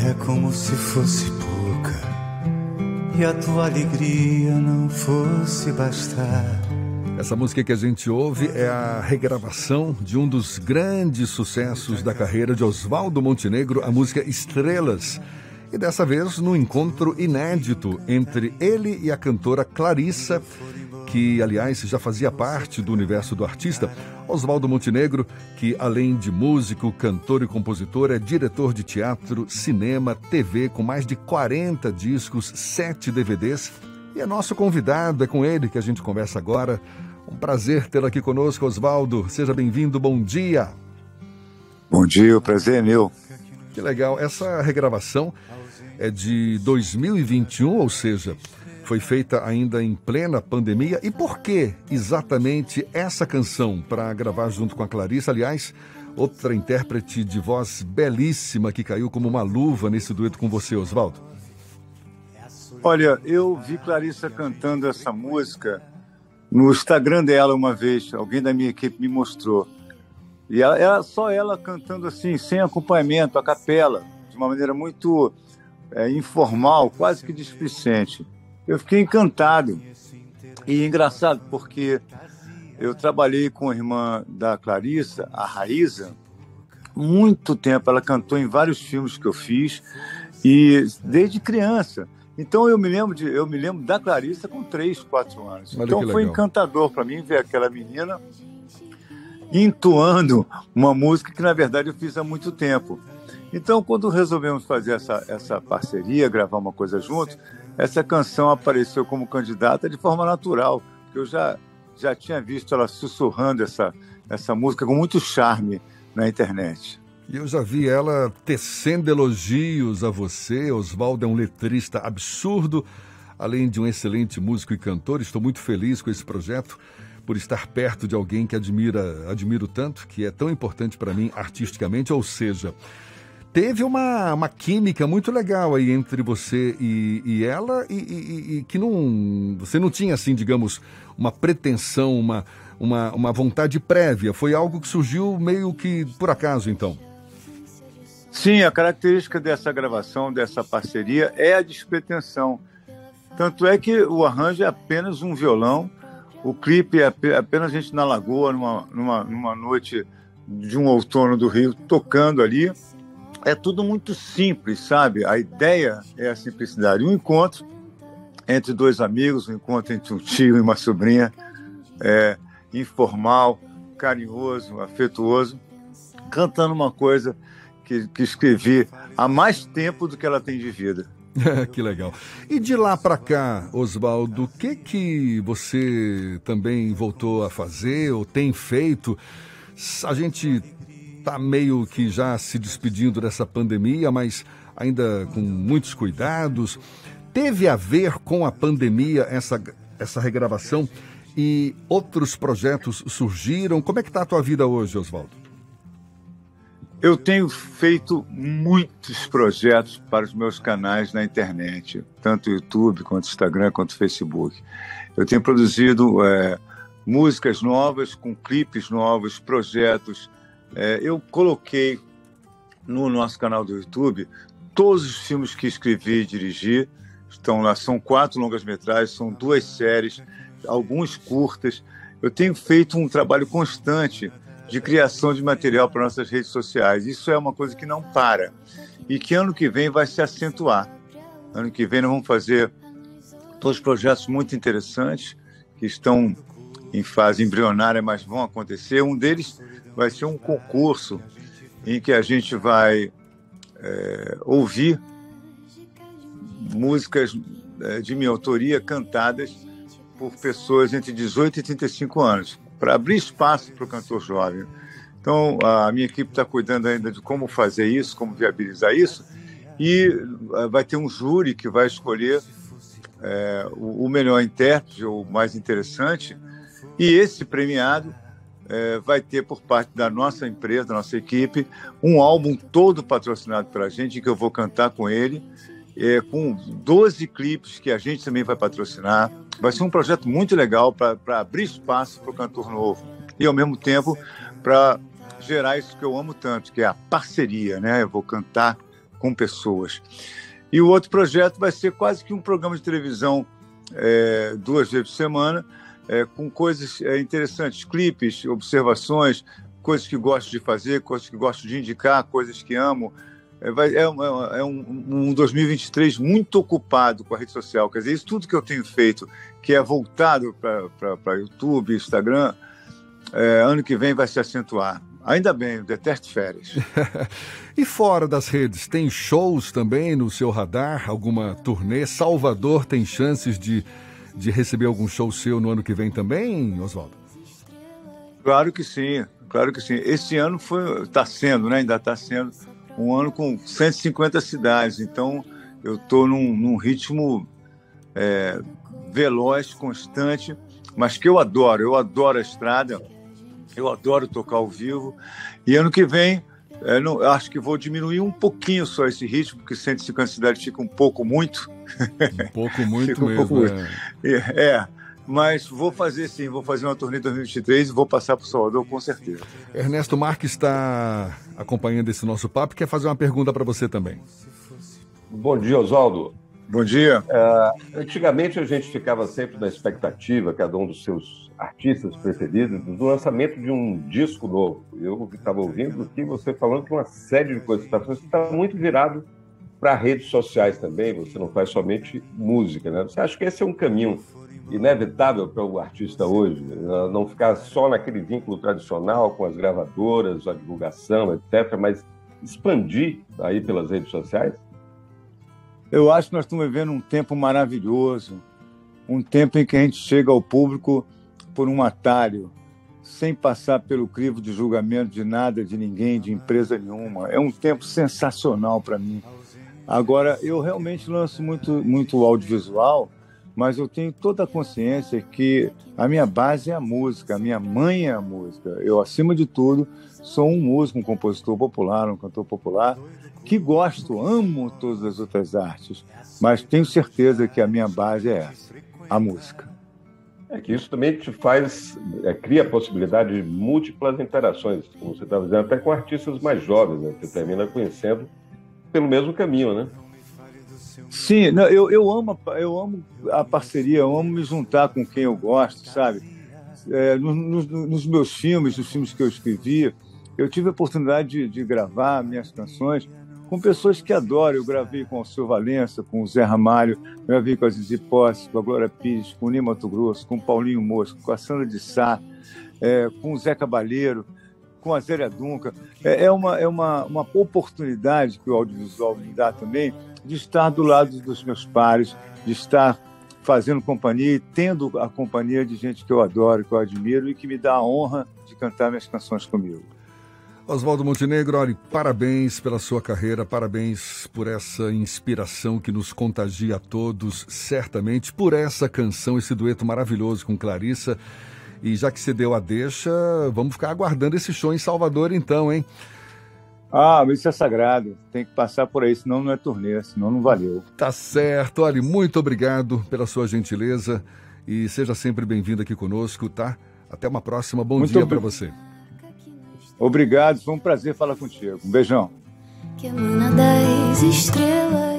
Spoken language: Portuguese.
É como se fosse pouca e a tua alegria não fosse bastar. Essa música que a gente ouve é a regravação de um dos grandes sucessos da carreira de Oswaldo Montenegro, a música Estrelas. E dessa vez num encontro inédito entre ele e a cantora Clarissa, que, aliás, já fazia parte do universo do artista. Oswaldo Montenegro, que além de músico, cantor e compositor, é diretor de teatro, cinema, TV, com mais de 40 discos, 7 DVDs. E é nosso convidado, é com ele que a gente conversa agora. Um prazer tê-lo aqui conosco, Oswaldo. Seja bem-vindo, bom dia. Bom dia, o prazer é meu. Que legal. Essa regravação é de 2021, ou seja, foi feita ainda em plena pandemia. E por que exatamente essa canção para gravar junto com a Clarissa? Aliás, outra intérprete de voz belíssima que caiu como uma luva nesse dueto com você, Oswaldo. Olha, eu vi Clarissa cantando essa música no Instagram dela uma vez. Alguém da minha equipe me mostrou. E só ela cantando assim, sem acompanhamento, a capela, de uma maneira muito informal, quase que displicente. Eu fiquei encantado. E engraçado, porque eu trabalhei com a irmã da Clarissa, a Raíza, muito tempo. Ela cantou em vários filmes que eu fiz, e desde criança. Então eu me lembro da Clarissa com 3, 4 anos. Olha, então foi encantador para mim ver aquela menina entoando uma música que, na verdade, eu fiz há muito tempo. Então, quando resolvemos fazer essa parceria, gravar uma coisa junto, essa canção apareceu como candidata de forma natural, porque eu já tinha visto ela sussurrando essa música com muito charme na internet. E eu já vi ela tecendo elogios a você. Oswaldo é um letrista absurdo, além de um excelente músico e cantor. Estou muito feliz com esse projeto, por estar perto de alguém que admiro tanto, que é tão importante para mim artisticamente. Ou seja, teve uma química muito legal aí entre você e ela, e que você não tinha, assim, digamos, uma pretensão, uma vontade prévia. Foi algo que surgiu meio que por acaso, então. Sim, a característica dessa gravação, dessa parceria, é a despretensão. Tanto é que o arranjo é apenas um violão, o clipe é apenas a gente na lagoa, numa noite de um outono do Rio, tocando ali. É tudo muito simples, sabe? A ideia é a simplicidade. Um encontro entre dois amigos, um encontro entre um tio e uma sobrinha, informal, carinhoso, afetuoso, cantando uma coisa que escrevi há mais tempo do que ela tem de vida. Que legal. E de lá para cá, Oswaldo, o que você também voltou a fazer ou tem feito? A gente está meio que já se despedindo dessa pandemia, mas ainda com muitos cuidados. Teve a ver com a pandemia essa regravação e outros projetos surgiram? Como é que está a tua vida hoje, Oswaldo? Eu tenho feito muitos projetos para os meus canais na internet, tanto YouTube, quanto Instagram, quanto Facebook. Eu tenho produzido músicas novas, com clipes novos, projetos. Eu coloquei no nosso canal do YouTube todos os filmes que escrevi e dirigi. Estão lá, são 4 longas-metragens, são 2 séries, alguns curtas. Eu tenho feito um trabalho constante de criação de material para nossas redes sociais. Isso é uma coisa que não para e que ano que vem vai se acentuar. Ano que vem nós vamos fazer 2 projetos muito interessantes que estão em fase embrionária, mas vão acontecer. Um deles vai ser um concurso em que a gente vai ouvir músicas de minha autoria cantadas por pessoas entre 18 e 35 anos, para abrir espaço para o cantor jovem. Então, a minha equipe está cuidando ainda de como fazer isso, como viabilizar isso, e vai ter um júri que vai escolher o melhor intérprete, ou o mais interessante, e esse premiado vai ter, por parte da nossa empresa, da nossa equipe, um álbum todo patrocinado pela gente, que eu vou cantar com ele, com 12 clipes que a gente também vai patrocinar. Vai ser um projeto muito legal para abrir espaço para o cantor novo e, ao mesmo tempo, para gerar isso que eu amo tanto, que é a parceria, né? Eu vou cantar com pessoas. E o outro projeto vai ser quase que um programa de televisão 2 vezes por semana, com coisas interessantes, clipes, observações, coisas que gosto de fazer, coisas que gosto de indicar, coisas que amo. É um 2023 muito ocupado com a rede social. Quer dizer, isso tudo que eu tenho feito, que é voltado para YouTube, Instagram, ano que vem vai se acentuar. Ainda bem, eu detesto férias. E fora das redes, tem shows também no seu radar? Alguma turnê? Salvador tem chances de receber algum show seu no ano que vem também, Oswaldo? Claro que sim, claro que sim. Esse ano está sendo, né? Ainda está sendo um ano com 150 cidades. Então, eu estou num ritmo veloz, constante, mas que eu adoro. Eu adoro a estrada. Eu adoro tocar ao vivo. E ano que vem, acho que vou diminuir um pouquinho só esse ritmo, porque 150 cidades fica um pouco muito. Um pouco muito fica mesmo. Pouco muito. Mas vou fazer sim, vou fazer uma turnê em 2023 e vou passar para o Salvador com certeza. Ernesto Marques está acompanhando esse nosso papo e quer fazer uma pergunta para você também. Bom dia, Oswaldo. Bom dia. Antigamente a gente ficava sempre na expectativa, cada um dos seus artistas preferidos, do lançamento de um disco novo. Eu estava ouvindo aqui você falando que uma série de coisas você está muito virado para redes sociais também, você não faz somente música, né? Você acha que esse é um caminho inevitável para o artista hoje, não ficar só naquele vínculo tradicional com as gravadoras, a divulgação, etc., mas expandir aí pelas redes sociais? Eu acho que nós estamos vivendo um tempo maravilhoso, um tempo em que a gente chega ao público por um atalho, sem passar pelo crivo de julgamento de nada, de ninguém, de empresa nenhuma. É um tempo sensacional para mim. Agora, eu realmente lanço muito audiovisual, mas eu tenho toda a consciência que a minha base é a música, a minha mãe é a música. Eu, acima de tudo, sou um músico, um compositor popular, um cantor popular, que gosto, amo todas as outras artes, mas tenho certeza que a minha base é essa, a música. É que isso também te faz, cria a possibilidade de múltiplas interações, como você está dizendo, até com artistas mais jovens, né? Você termina conhecendo pelo mesmo caminho, né? Sim, não, eu amo a parceria, eu amo me juntar com quem eu gosto, sabe? Nos meus filmes, nos filmes que eu escrevi, eu tive a oportunidade de gravar minhas canções com pessoas que adoro. Eu gravei com o Alceu Valença, com o Zé Ramalho, gravei com a Zizi Posse, com a Glória Pires, com o Ney Matogrosso, com o Paulinho Mosco, com a Sandra de Sá, com o Zé Cabaleiro, com a Zélia Duncan. É uma oportunidade que o audiovisual me dá também de estar do lado dos meus pares, de estar fazendo companhia e tendo a companhia de gente que eu adoro, que eu admiro e que me dá a honra de cantar minhas canções comigo. Oswaldo Montenegro, olha, parabéns pela sua carreira, parabéns por essa inspiração que nos contagia a todos, certamente, por essa canção, esse dueto maravilhoso com Clarissa. E já que você deu a deixa, vamos ficar aguardando esse show em Salvador então, hein? Mas isso é sagrado, tem que passar por aí, senão não é turnê, senão não valeu. Tá certo, olha, muito obrigado pela sua gentileza e seja sempre bem-vindo aqui conosco, tá? Até uma próxima, bom dia para você. Obrigado, foi um prazer falar contigo. Um beijão. Que emana das estrelas.